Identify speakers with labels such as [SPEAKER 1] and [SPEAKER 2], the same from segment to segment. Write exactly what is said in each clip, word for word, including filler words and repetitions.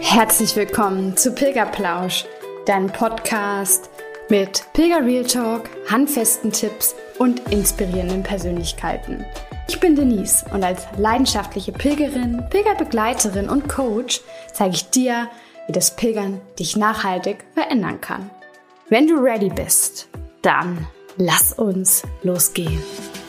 [SPEAKER 1] Herzlich willkommen zu Pilgerplausch, deinem Podcast mit Pilger Real Talk, handfesten Tipps und inspirierenden Persönlichkeiten. Ich bin Denise und als leidenschaftliche Pilgerin, Pilgerbegleiterin und Coach zeige ich dir, wie das Pilgern dich nachhaltig verändern kann. Wenn du ready bist, dann lass uns losgehen.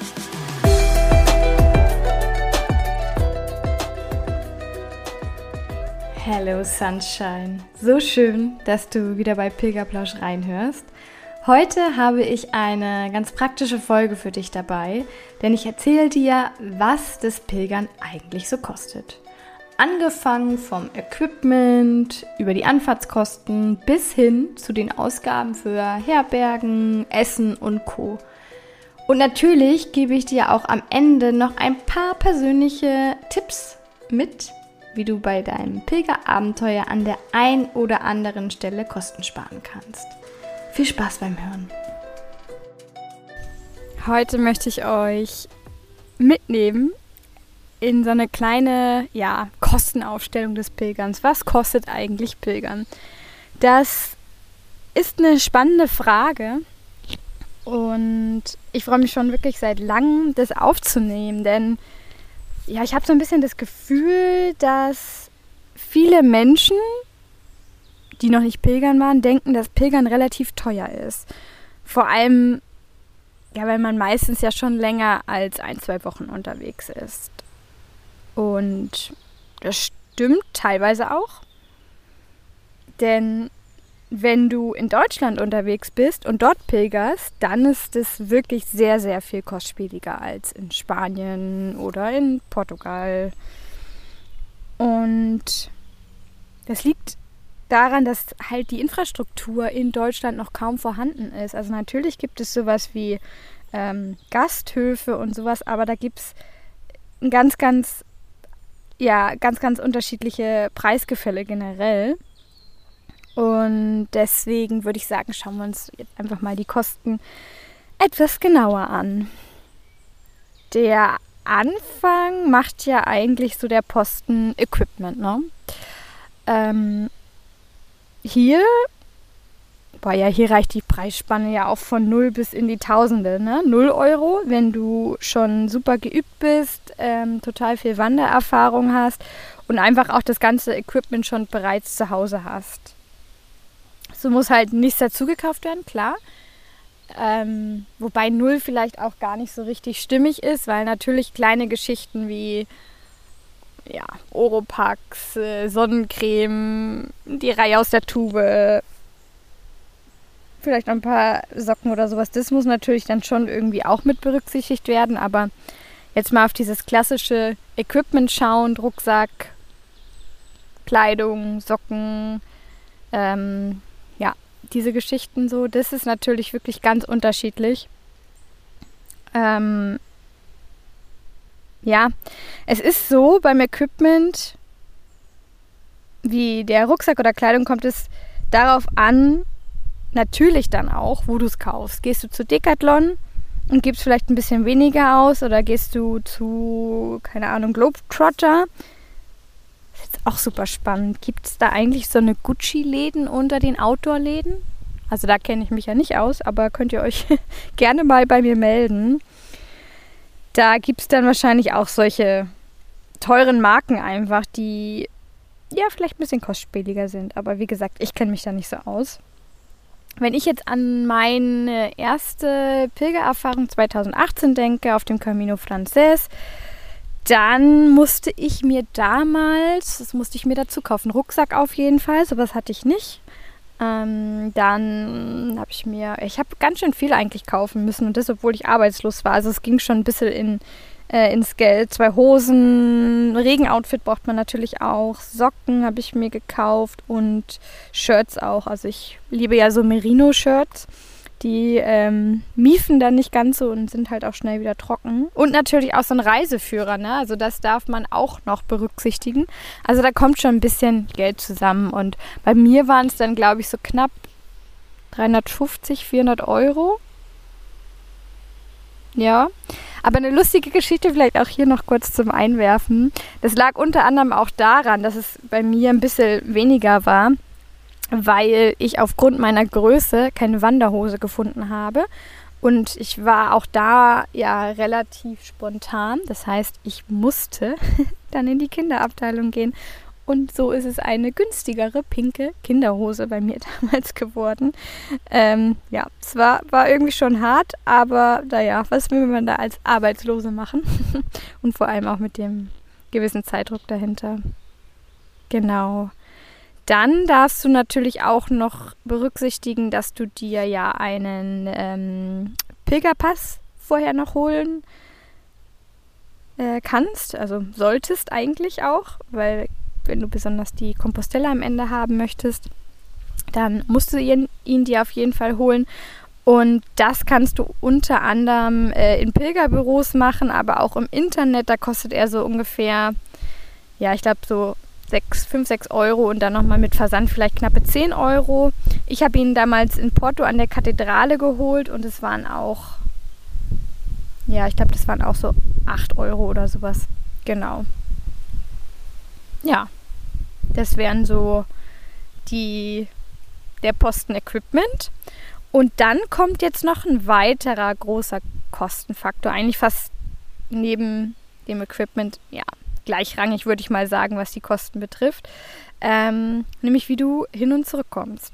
[SPEAKER 1] Hello Sunshine, so schön, dass du wieder bei Pilgerplausch reinhörst. Heute habe ich eine ganz praktische Folge für dich dabei, denn ich erzähle dir, was das Pilgern eigentlich so kostet. Angefangen vom Equipment, über die Anfahrtskosten bis hin zu den Ausgaben für Herbergen, Essen und Co. Und natürlich gebe ich dir auch am Ende noch ein paar persönliche Tipps mit, wie du bei deinem Pilgerabenteuer an der ein oder anderen Stelle Kosten sparen kannst. Viel Spaß beim Hören.
[SPEAKER 2] Heute möchte ich euch mitnehmen in so eine kleine, ja, Kostenaufstellung des Pilgerns. Was kostet eigentlich Pilgern? Das ist eine spannende Frage und ich freue mich schon wirklich seit langem, das aufzunehmen, denn ja, ich habe so ein bisschen das Gefühl, dass viele Menschen, die noch nicht pilgern waren, denken, dass Pilgern relativ teuer ist. Vor allem, ja, weil man meistens ja schon länger als ein, zwei Wochen unterwegs ist. Und das stimmt teilweise auch. Denn wenn du in Deutschland unterwegs bist und dort pilgerst, dann ist es wirklich sehr, sehr viel kostspieliger als in Spanien oder in Portugal. Und das liegt daran, dass halt die Infrastruktur in Deutschland noch kaum vorhanden ist. Also natürlich gibt es sowas wie ähm, Gasthöfe und sowas, aber da gibt es ein ganz, ganz, ja, ganz, ganz unterschiedliche Preisgefälle generell. Und deswegen würde ich sagen, schauen wir uns jetzt einfach mal die Kosten etwas genauer an. Der Anfang macht ja eigentlich so der Posten Equipment, ne? Ähm, hier, boah, ja, hier reicht die Preisspanne ja auch von null bis in die Tausende, ne? null Euro, wenn du schon super geübt bist, ähm, total viel Wandererfahrung hast und einfach auch das ganze Equipment schon bereits zu Hause hast. So muss halt nichts dazu gekauft werden, klar. Ähm, wobei null vielleicht auch gar nicht so richtig stimmig ist, weil natürlich kleine Geschichten wie ja, Oropax, äh, Sonnencreme, die Reihe aus der Tube, vielleicht noch ein paar Socken oder sowas, das muss natürlich dann schon irgendwie auch mit berücksichtigt werden. Aber jetzt mal auf dieses klassische Equipment schauen, Rucksack, Kleidung, Socken, ähm, ja, diese Geschichten so, das ist natürlich wirklich ganz unterschiedlich. Ähm, ja, es ist so, beim Equipment, wie der Rucksack oder Kleidung, kommt es darauf an, natürlich dann auch, wo du es kaufst. Gehst du zu Decathlon und gibst vielleicht ein bisschen weniger aus oder gehst du zu, keine Ahnung, Globetrotter. Das ist jetzt auch super spannend. Gibt es da eigentlich so eine Gucci-Läden unter den Outdoor-Läden? Also da kenne ich mich ja nicht aus, aber könnt ihr euch gerne mal bei mir melden. Da gibt es dann wahrscheinlich auch solche teuren Marken einfach, die ja vielleicht ein bisschen kostspieliger sind. Aber wie gesagt, ich kenne mich da nicht so aus. Wenn ich jetzt an meine erste Pilgererfahrung zweitausendachtzehn denke, auf dem Camino Frances, dann musste ich mir damals, das musste ich mir dazu kaufen, Rucksack auf jeden Fall, sowas hatte ich nicht. Ähm, dann habe ich mir, ich habe ganz schön viel eigentlich kaufen müssen und das, obwohl ich arbeitslos war. Also es ging schon ein bisschen in, äh, ins Geld. Zwei Hosen, Regenoutfit braucht man natürlich auch, Socken habe ich mir gekauft und Shirts auch. Also ich liebe ja so Merino-Shirts. Die ähm, miefen dann nicht ganz so und sind halt auch schnell wieder trocken. Und natürlich auch so ein Reiseführer, ne? Also das darf man auch noch berücksichtigen. Also da kommt schon ein bisschen Geld zusammen. Und bei mir waren es dann, glaube ich, so knapp dreihundertfünfzig, vierhundert Euro. Ja, Aber eine lustige Geschichte vielleicht auch hier noch kurz zum Einwerfen. Das lag unter anderem auch daran, dass es bei mir ein bisschen weniger war, weil ich aufgrund meiner Größe keine Wanderhose gefunden habe. Und ich war auch da ja relativ spontan. Das heißt, ich musste dann in die Kinderabteilung gehen. Und so ist es eine günstigere pinke Kinderhose bei mir damals geworden. Ähm, ja, es war, war irgendwie schon hart, aber naja, was will man da als Arbeitslose machen? Und vor allem auch mit dem gewissen Zeitdruck dahinter. Genau. Dann darfst du natürlich auch noch berücksichtigen, dass du dir ja einen ähm, Pilgerpass vorher noch holen äh, kannst. Also solltest eigentlich auch, weil wenn du besonders die Compostella am Ende haben möchtest, dann musst du ihn, ihn dir auf jeden Fall holen. Und das kannst du unter anderem äh, in Pilgerbüros machen, aber auch im Internet. Da kostet er so ungefähr, ja, ich glaube so fünf, sechs Euro und dann nochmal mit Versand vielleicht knappe zehn Euro. Ich habe ihn damals in Porto an der Kathedrale geholt und es waren auch, ja, ich glaube, das waren auch so acht Euro oder sowas. Genau. Ja, das wären so die, der Posten Equipment. Und dann kommt jetzt noch ein weiterer großer Kostenfaktor, eigentlich fast neben dem Equipment, ja, gleichrangig würde ich mal sagen, was die Kosten betrifft, ähm, nämlich wie du hin und zurück kommst.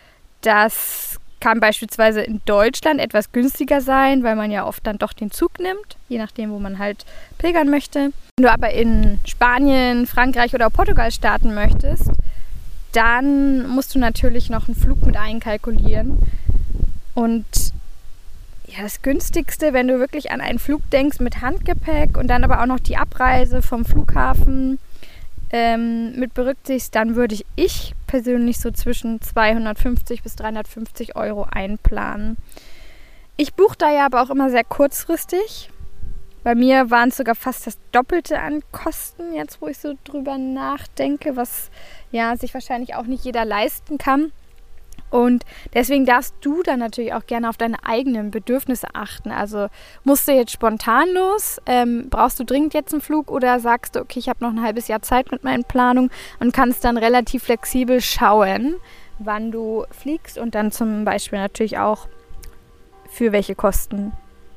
[SPEAKER 2] Das kann beispielsweise in Deutschland etwas günstiger sein, weil man ja oft dann doch den Zug nimmt, je nachdem, wo man halt pilgern möchte. Wenn du aber in Spanien, Frankreich oder Portugal starten möchtest, dann musst du natürlich noch einen Flug mit einkalkulieren. Und ja, das günstigste, wenn du wirklich an einen Flug denkst mit Handgepäck und dann aber auch noch die Abreise vom Flughafen ähm, mit berücksichtigst, dann würde ich, ich persönlich so zwischen zweihundertfünfzig bis dreihundertfünfzig Euro einplanen. Ich buche da ja aber auch immer sehr kurzfristig. Bei mir waren es sogar fast das Doppelte an Kosten, jetzt wo ich so drüber nachdenke, was ja sich wahrscheinlich auch nicht jeder leisten kann. Und deswegen darfst du dann natürlich auch gerne auf deine eigenen Bedürfnisse achten. Also musst du jetzt spontan los, ähm, brauchst du dringend jetzt einen Flug oder sagst du, okay, ich habe noch ein halbes Jahr Zeit mit meinen Planungen und kannst dann relativ flexibel schauen, wann du fliegst und dann zum Beispiel natürlich auch für welche Kosten.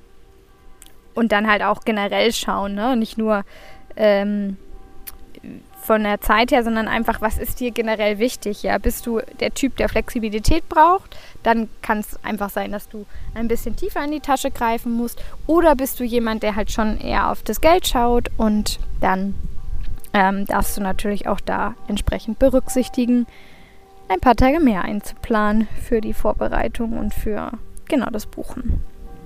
[SPEAKER 2] Und dann halt auch generell schauen, ne? Nicht nur ähm, von der Zeit her, sondern einfach, was ist dir generell wichtig? Ja? Bist du der Typ, der Flexibilität braucht? Dann kann es einfach sein, dass du ein bisschen tiefer in die Tasche greifen musst. Oder bist du jemand, der halt schon eher auf das Geld schaut? Und dann ähm, darfst du natürlich auch da entsprechend berücksichtigen, ein paar Tage mehr einzuplanen für die Vorbereitung und für genau das Buchen.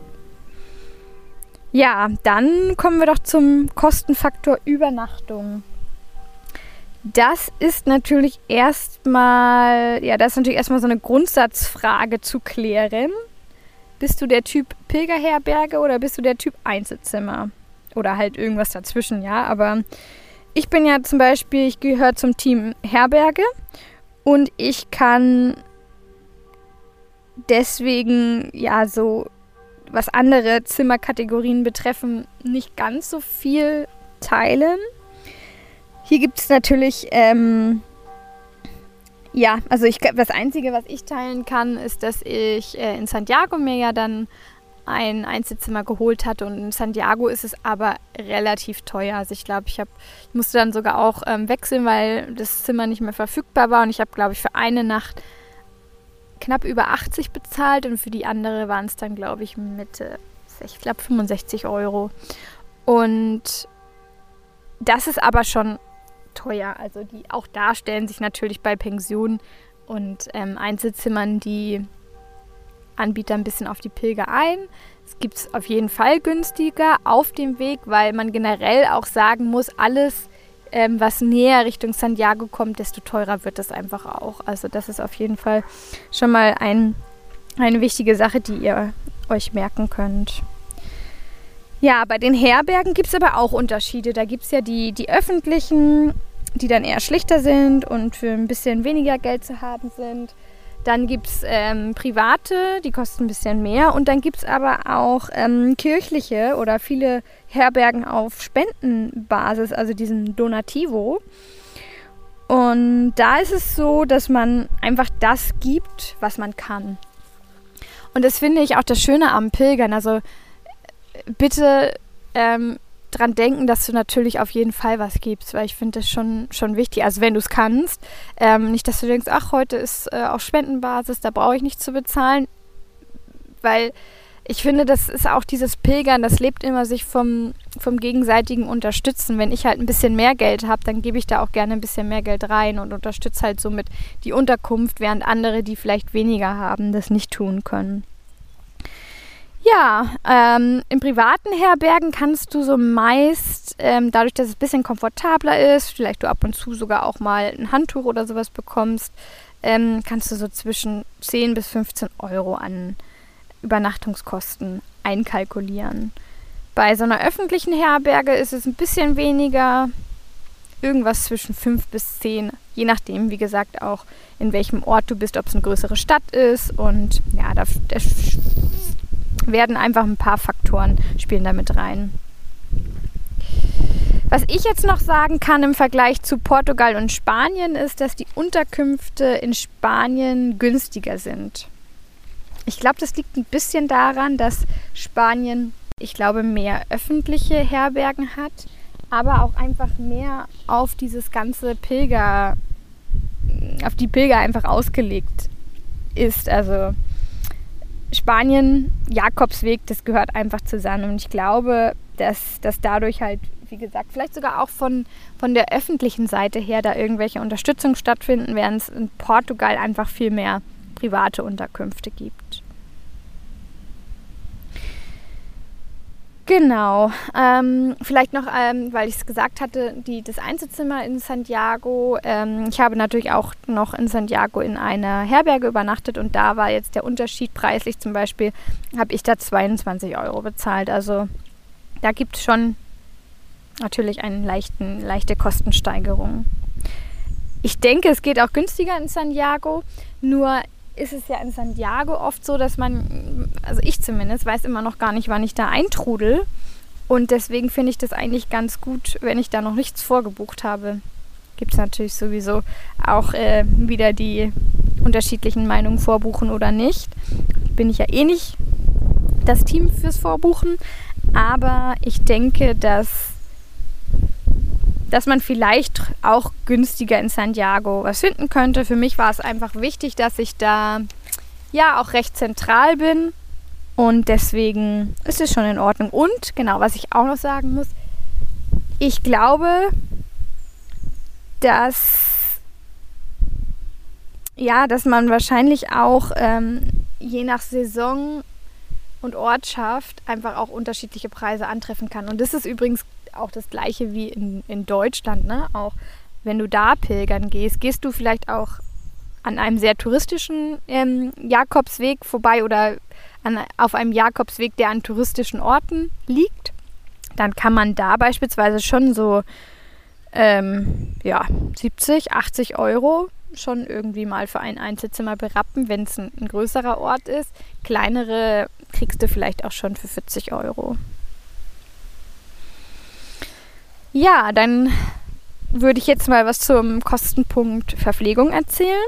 [SPEAKER 2] Ja, dann kommen wir doch zum Kostenfaktor Übernachtung. Das ist natürlich erstmal, ja, das ist natürlich erstmal so eine Grundsatzfrage zu klären. Bist du der Typ Pilgerherberge oder bist du der Typ Einzelzimmer? Oder halt irgendwas dazwischen, ja. Aber ich bin ja zum Beispiel, ich gehöre zum Team Herberge und ich kann deswegen, ja, so, was andere Zimmerkategorien betreffen, nicht ganz so viel teilen. Hier gibt es natürlich, ähm, ja, also ich, das Einzige, was ich teilen kann, ist, dass ich äh, in Santiago mir ja dann ein Einzelzimmer geholt hatte und in Santiago ist es aber relativ teuer. Also ich glaube, ich, hab, ich musste dann sogar auch ähm, wechseln, weil das Zimmer nicht mehr verfügbar war und ich habe, glaube ich, für eine Nacht knapp über achtzig bezahlt und für die andere waren es dann, glaube ich, Mitte, ich glaube fünfundsechzig Euro. Und das ist aber schon teuer. Also die auch da stellen sich natürlich bei Pensionen und ähm, Einzelzimmern die Anbieter ein bisschen auf die Pilger ein. Es gibt es auf jeden Fall günstiger auf dem Weg, weil man generell auch sagen muss, alles, ähm, was näher Richtung Santiago kommt, desto teurer wird das einfach auch. Also das ist auf jeden Fall schon mal ein, eine wichtige Sache, die ihr euch merken könnt. Ja, bei den Herbergen gibt es aber auch Unterschiede. Da gibt es ja die, die öffentlichen, die dann eher schlichter sind und für ein bisschen weniger Geld zu haben sind. Dann gibt es ähm, private, die kosten ein bisschen mehr. Und dann gibt es aber auch ähm, kirchliche oder viele Herbergen auf Spendenbasis, also diesen Donativo. Und da ist es so, dass man einfach das gibt, was man kann. Und das finde ich auch das Schöne am Pilgern. Also bitte ähm, dran denken, dass du natürlich auf jeden Fall was gibst, weil ich finde das schon, schon wichtig. Also wenn du es kannst, ähm, nicht, dass du denkst, ach, heute ist äh, auf Spendenbasis, da brauche ich nichts zu bezahlen, weil ich finde, das ist auch dieses Pilgern, das lebt immer sich vom, vom gegenseitigen Unterstützen. Wenn ich halt ein bisschen mehr Geld habe, dann gebe ich da auch gerne ein bisschen mehr Geld rein und unterstütze halt somit die Unterkunft, während andere, die vielleicht weniger haben, das nicht tun können. Ja, ähm, in privaten Herbergen kannst du so meist, ähm, dadurch, dass es ein bisschen komfortabler ist, vielleicht du ab und zu sogar auch mal ein Handtuch oder sowas bekommst, ähm, kannst du so zwischen zehn bis fünfzehn Euro an Übernachtungskosten einkalkulieren. Bei so einer öffentlichen Herberge ist es ein bisschen weniger, irgendwas zwischen fünf bis zehn, je nachdem, wie gesagt, auch in welchem Ort du bist, ob es eine größere Stadt ist und ja, da, da werden einfach ein paar Faktoren spielen da mit rein. Was ich jetzt noch sagen kann im Vergleich zu Portugal und Spanien ist, dass die Unterkünfte in Spanien günstiger sind. Ich glaube, das liegt ein bisschen daran, dass Spanien, ich glaube, mehr öffentliche Herbergen hat, aber auch einfach mehr auf dieses ganze Pilger, auf die Pilger einfach ausgelegt ist. Also Spanien, Jakobsweg, das gehört einfach zusammen. Und ich glaube, dass, dass dadurch halt, wie gesagt, vielleicht sogar auch von, von der öffentlichen Seite her da irgendwelche Unterstützung stattfinden, während es in Portugal einfach viel mehr private Unterkünfte gibt. Genau. Ähm, vielleicht noch, ähm, weil ich es gesagt hatte, die, das Einzelzimmer in Santiago. Ähm, ich habe natürlich auch noch in Santiago in einer Herberge übernachtet und da war jetzt der Unterschied preislich zum Beispiel, habe ich da zweiundzwanzig Euro bezahlt. Also da gibt es schon natürlich eine leichten, leichte Kostensteigerung. Ich denke, es geht auch günstiger in Santiago, nur ist es ja in Santiago oft so, dass man, also ich zumindest, weiß immer noch gar nicht, wann ich da eintrudel. Und deswegen finde ich das eigentlich ganz gut, wenn ich da noch nichts vorgebucht habe. Gibt es natürlich sowieso auch äh, wieder die unterschiedlichen Meinungen, vorbuchen oder nicht. Bin ich ja eh nicht das Team fürs Vorbuchen. Aber ich denke, dass dass man vielleicht auch günstiger in Santiago was finden könnte. Für mich war es einfach wichtig, dass ich da ja auch recht zentral bin und deswegen ist es schon in Ordnung. Und genau, was ich auch noch sagen muss, ich glaube, dass ja, dass man wahrscheinlich auch ähm, je nach Saison und Ortschaft einfach auch unterschiedliche Preise antreffen kann. Und das ist übrigens auch das Gleiche wie in, in Deutschland, ne? Auch wenn du da pilgern gehst, gehst du vielleicht auch an einem sehr touristischen ähm, Jakobsweg vorbei oder an, auf einem Jakobsweg, der an touristischen Orten liegt, dann kann man da beispielsweise schon so ähm, ja, siebzig, achtzig Euro schon irgendwie mal für ein Einzelzimmer berappen, wenn es ein, ein größerer Ort ist. Kleinere kriegst du vielleicht auch schon für vierzig Euro. Ja, dann würde ich jetzt mal was zum Kostenpunkt Verpflegung erzählen.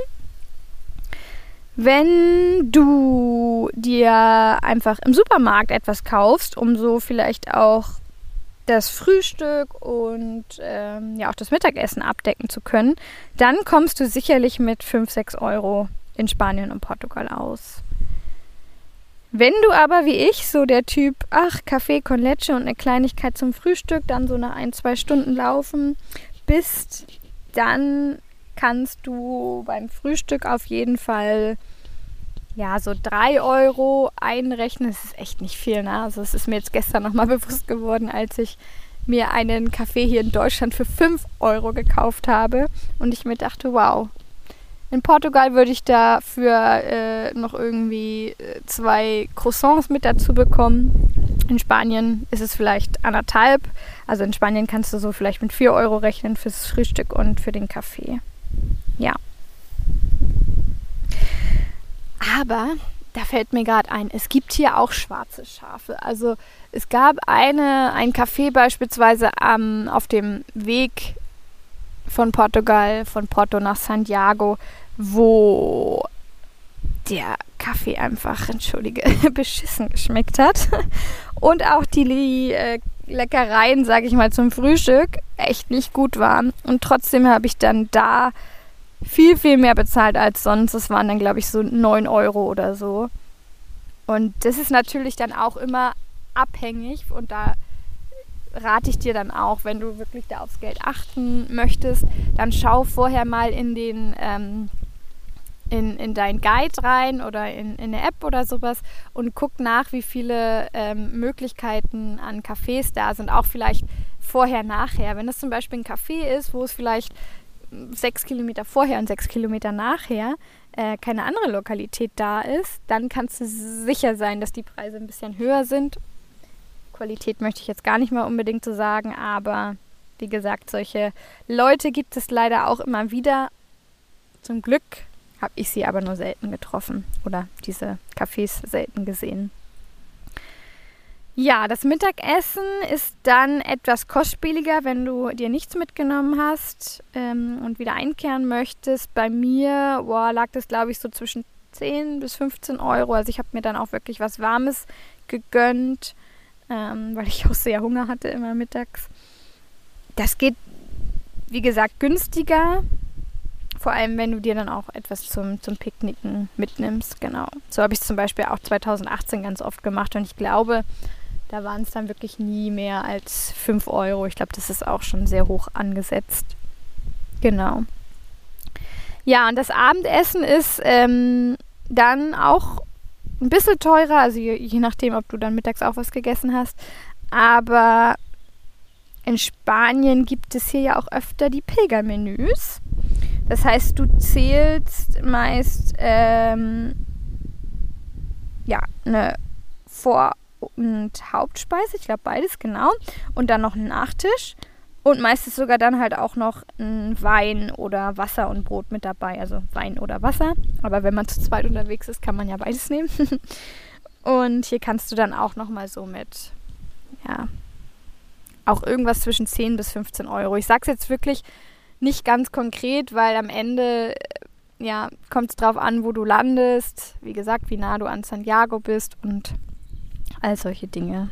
[SPEAKER 2] Wenn du dir einfach im Supermarkt etwas kaufst, um so vielleicht auch das Frühstück und ähm, ja auch das Mittagessen abdecken zu können, dann kommst du sicherlich mit fünf, sechs Euro in Spanien und Portugal aus. Wenn du aber wie ich so der Typ, ach, Kaffee con leche und eine Kleinigkeit zum Frühstück, dann so nach ein, zwei Stunden laufen bist, dann kannst du beim Frühstück auf jeden Fall ja so drei Euro einrechnen. Das ist echt nicht viel, ne? Also es ist mir jetzt gestern nochmal bewusst geworden, als ich mir einen Kaffee hier in Deutschland für fünf Euro gekauft habe und ich mir dachte, wow, in Portugal würde ich dafür äh, noch irgendwie äh, zwei Croissants mit dazu bekommen. In Spanien ist es vielleicht anderthalb. Also in Spanien kannst du so vielleicht mit vier Euro rechnen fürs Frühstück und für den Kaffee. Ja. Aber da fällt mir gerade ein, es gibt hier auch schwarze Schafe. Also es gab eine, ein Café beispielsweise ähm, auf dem Weg von Portugal, von Porto nach Santiago, wo der Kaffee einfach, entschuldige, beschissen geschmeckt hat. Und auch die, die äh, Leckereien, sage ich mal, zum Frühstück echt nicht gut waren. Und trotzdem habe ich dann da viel, viel mehr bezahlt als sonst. Das waren dann, glaube ich, so neun Euro oder so. Und das ist natürlich dann auch immer abhängig. Und da rate ich dir dann auch, wenn du wirklich da aufs Geld achten möchtest, dann schau vorher mal in den ähm, in, in dein Guide rein oder in, in eine App oder sowas und guck nach, wie viele ähm, Möglichkeiten an Cafés da sind, auch vielleicht vorher, nachher. Wenn das zum Beispiel ein Café ist, wo es vielleicht sechs Kilometer vorher und sechs Kilometer nachher äh, keine andere Lokalität da ist, dann kannst du sicher sein, dass die Preise ein bisschen höher sind. Qualität möchte ich jetzt gar nicht mal unbedingt so sagen, aber wie gesagt, solche Leute gibt es leider auch immer wieder. Zum Glück habe ich sie aber nur selten getroffen oder diese Cafés selten gesehen. Ja, das Mittagessen ist dann etwas kostspieliger, wenn du dir nichts mitgenommen hast ähm, und wieder einkehren möchtest. Bei mir boah, lag das, glaube ich, so zwischen zehn bis fünfzehn Euro. Also ich habe mir dann auch wirklich was Warmes gegönnt, ähm, weil ich auch sehr Hunger hatte immer mittags. Das geht, wie gesagt, günstiger. Vor allem, wenn du dir dann auch etwas zum, zum Picknicken mitnimmst, genau. So habe ich es zum Beispiel auch zweitausendachtzehn ganz oft gemacht und ich glaube, da waren es dann wirklich nie mehr als fünf Euro. Ich glaube, das ist auch schon sehr hoch angesetzt. Genau. Ja, und das Abendessen ist ähm, dann auch ein bisschen teurer, also je, je nachdem, ob du dann mittags auch was gegessen hast. Aber in Spanien gibt es hier ja auch öfter die Pilgermenüs. Das heißt, du zählst meist ähm, ja, eine Vor- und Hauptspeise, ich glaube beides, genau, und dann noch einen Nachtisch und meistens sogar dann halt auch noch ein Wein oder Wasser und Brot mit dabei, also Wein oder Wasser, aber wenn man zu zweit unterwegs ist, kann man ja beides nehmen. Und hier kannst du dann auch nochmal so mit, ja, auch irgendwas zwischen zehn bis fünfzehn Euro. Ich sag's jetzt wirklich nicht ganz konkret, weil am Ende ja, kommt es drauf an, wo du landest, wie gesagt, wie nah du an Santiago bist und all solche Dinge.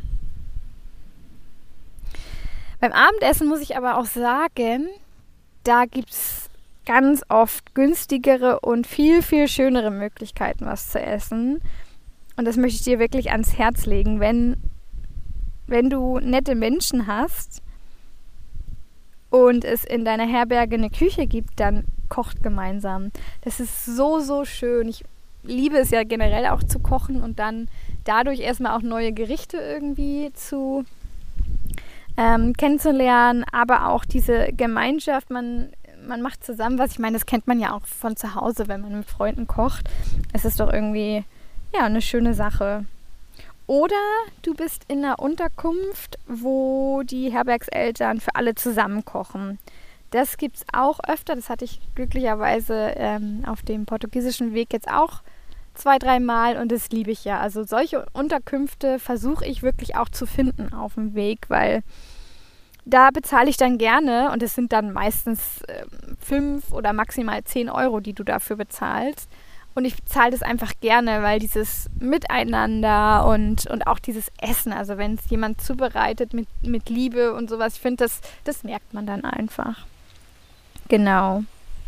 [SPEAKER 2] Beim Abendessen muss ich aber auch sagen, da gibt es ganz oft günstigere und viel, viel schönere Möglichkeiten, was zu essen. Und das möchte ich dir wirklich ans Herz legen. Wenn, wenn du nette Menschen hast und es in deiner Herberge eine Küche gibt, dann kocht gemeinsam. Das ist so, so schön. Ich liebe es ja generell auch zu kochen und dann dadurch erstmal auch neue Gerichte irgendwie zu ähm, kennenzulernen, aber auch diese Gemeinschaft, man, man macht zusammen was. Ich meine, das kennt man ja auch von zu Hause, wenn man mit Freunden kocht. Es ist doch irgendwie ja, eine schöne Sache. Oder du bist in einer Unterkunft, wo die Herbergseltern für alle zusammen kochen. Das gibt es auch öfter. Das hatte ich glücklicherweise ähm, auf dem portugiesischen Weg jetzt auch zwei, dreimal und das liebe ich ja. Also solche Unterkünfte versuche ich wirklich auch zu finden auf dem Weg, weil da bezahle ich dann gerne und es sind dann meistens äh, fünf oder maximal zehn Euro, die du dafür bezahlst. Und ich bezahle das einfach gerne, weil dieses Miteinander und, und auch dieses Essen, also wenn es jemand zubereitet mit, mit Liebe und sowas, ich finde, das, das merkt man dann einfach. Genau.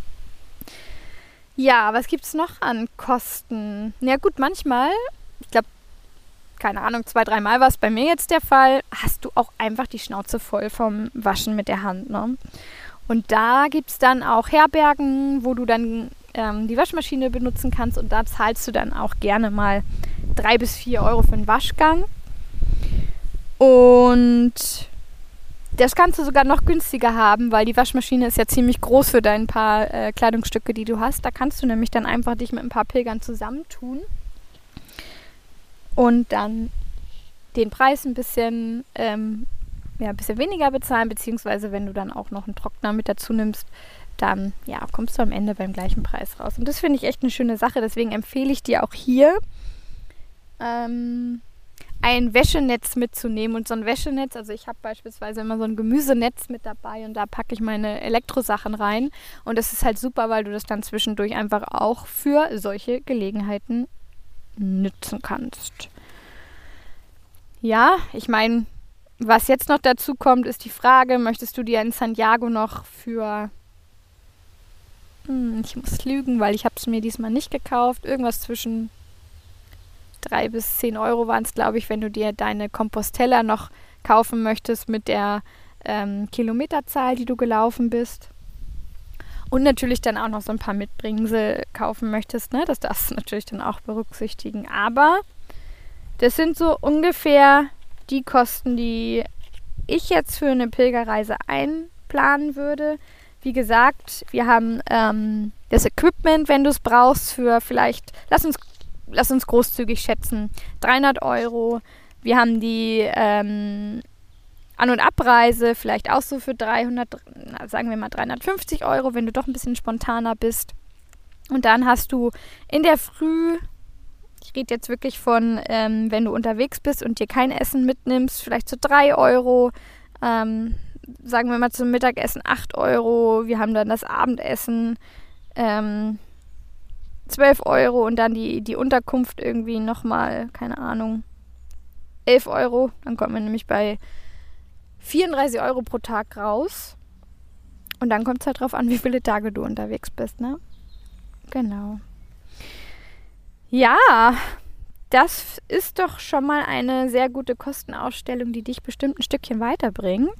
[SPEAKER 2] Ja, was gibt es noch an Kosten? Ja gut, manchmal, ich glaube, keine Ahnung, zwei, dreimal war es bei mir jetzt der Fall, hast du auch einfach die Schnauze voll vom Waschen mit der Hand, ne? Und da gibt es dann auch Herbergen, wo du dann ähm, die Waschmaschine benutzen kannst und da zahlst du dann auch gerne mal drei bis vier Euro für einen Waschgang. Und das kannst du sogar noch günstiger haben, weil die Waschmaschine ist ja ziemlich groß für dein paar äh, Kleidungsstücke, die du hast. Da kannst du nämlich dann einfach dich mit ein paar Pilgern zusammentun und dann den Preis ein bisschen, ähm, ja, ein bisschen weniger bezahlen, beziehungsweise wenn du dann auch noch einen Trockner mit dazu nimmst, dann ja, kommst du am Ende beim gleichen Preis raus. Und das finde ich echt eine schöne Sache. Deswegen empfehle ich dir auch hier, ähm, ein Wäschenetz mitzunehmen. Und so ein Wäschenetz, also ich habe beispielsweise immer so ein Gemüsenetz mit dabei und da packe ich meine Elektrosachen rein. Und das ist halt super, weil du das dann zwischendurch einfach auch für solche Gelegenheiten nutzen kannst. Ja, ich meine, was jetzt noch dazu kommt, ist die Frage, möchtest du dir in Santiago noch für, hm, ich muss lügen, weil ich habe es mir diesmal nicht gekauft, irgendwas zwischen drei bis zehn Euro waren es, glaube ich, wenn du dir deine Compostela noch kaufen möchtest mit der ähm, Kilometerzahl, die du gelaufen bist. Und natürlich dann auch noch so ein paar Mitbringsel kaufen möchtest, ne? Das darfst du natürlich dann auch berücksichtigen. Aber das sind so ungefähr die Kosten, die ich jetzt für eine Pilgerreise einplanen würde. Wie gesagt, wir haben ähm, das Equipment, wenn du es brauchst, für vielleicht, lass uns, lass uns großzügig schätzen, dreihundert Euro. Wir haben die ähm, An- und Abreise vielleicht auch so für dreihundert, sagen wir mal dreihundertfünfzig Euro, wenn du doch ein bisschen spontaner bist. Und dann hast du in der Früh, ich rede jetzt wirklich von, ähm, wenn du unterwegs bist und dir kein Essen mitnimmst, vielleicht so drei Euro, ähm, sagen wir mal zum Mittagessen acht Euro, wir haben dann das Abendessen ähm, zwölf Euro und dann die, die Unterkunft irgendwie nochmal, keine Ahnung, elf Euro. Dann kommen wir nämlich bei vierunddreißig Euro pro Tag raus. Und dann kommt es halt drauf an, wie viele Tage du unterwegs bist, ne? Genau. Ja, das ist doch schon mal eine sehr gute Kostenausstellung, die dich bestimmt ein Stückchen weiterbringt.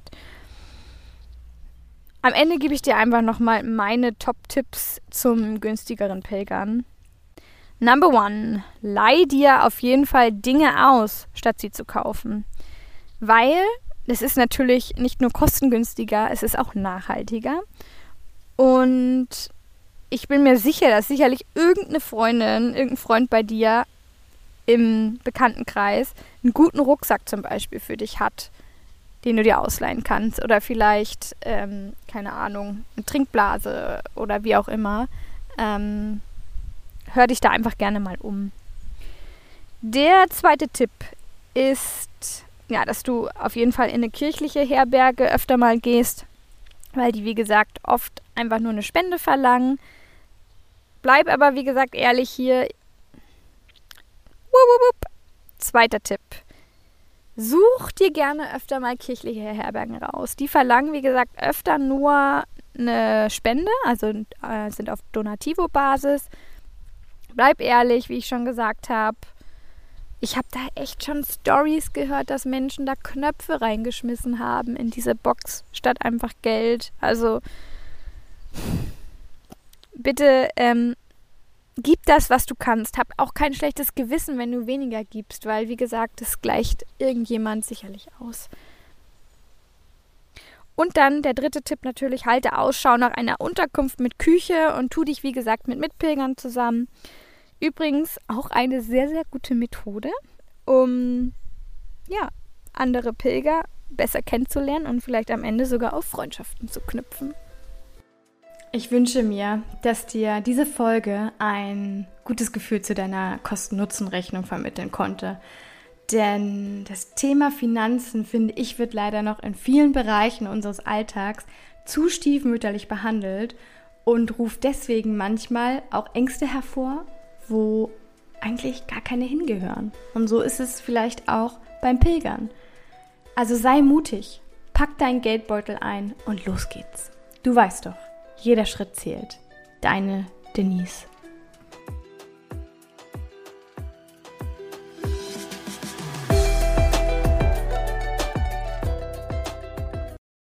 [SPEAKER 2] Am Ende gebe ich dir einfach nochmal meine Top-Tipps zum günstigeren Pilgern. Number one, leih dir auf jeden Fall Dinge aus, statt sie zu kaufen. Weil es ist natürlich nicht nur kostengünstiger, es ist auch nachhaltiger. Und ich bin mir sicher, dass sicherlich irgendeine Freundin, irgendein Freund bei dir im Bekanntenkreis einen guten Rucksack zum Beispiel für dich hat, den du dir ausleihen kannst. Oder vielleicht, ähm, keine Ahnung, eine Trinkblase oder wie auch immer. Ähm, hör dich da einfach gerne mal um. Der zweite Tipp ist, ja, dass du auf jeden Fall in eine kirchliche Herberge öfter mal gehst, weil die, wie gesagt, oft einfach nur eine Spende verlangen. Bleib aber, wie gesagt, ehrlich hier. Wupp, wupp, wupp. Zweiter Tipp. Such dir gerne öfter mal kirchliche Herbergen raus. Die verlangen, wie gesagt, öfter nur eine Spende, also äh, sind auf Donativo-Basis. Bleib ehrlich, wie ich schon gesagt habe. Ich habe da echt schon Stories gehört, dass Menschen da Knöpfe reingeschmissen haben in diese Box, statt einfach Geld. Also bitte ähm, gib das, was du kannst. Hab auch kein schlechtes Gewissen, wenn du weniger gibst, weil, wie gesagt, das gleicht irgendjemand sicherlich aus. Und dann der dritte Tipp natürlich, halte Ausschau nach einer Unterkunft mit Küche und tu dich, wie gesagt, mit Mitpilgern zusammen. Übrigens auch eine sehr, sehr gute Methode, um ja, andere Pilger besser kennenzulernen und vielleicht am Ende sogar auf Freundschaften zu knüpfen.
[SPEAKER 1] Ich wünsche mir, dass dir diese Folge ein gutes Gefühl zu deiner Kosten-Nutzen-Rechnung vermitteln konnte. Denn das Thema Finanzen, finde ich, wird leider noch in vielen Bereichen unseres Alltags zu stiefmütterlich behandelt und ruft deswegen manchmal auch Ängste hervor, wo eigentlich gar keine hingehören. Und so ist es vielleicht auch beim Pilgern. Also sei mutig, pack deinen Geldbeutel ein und los geht's. Du weißt doch, jeder Schritt zählt. Deine Denise.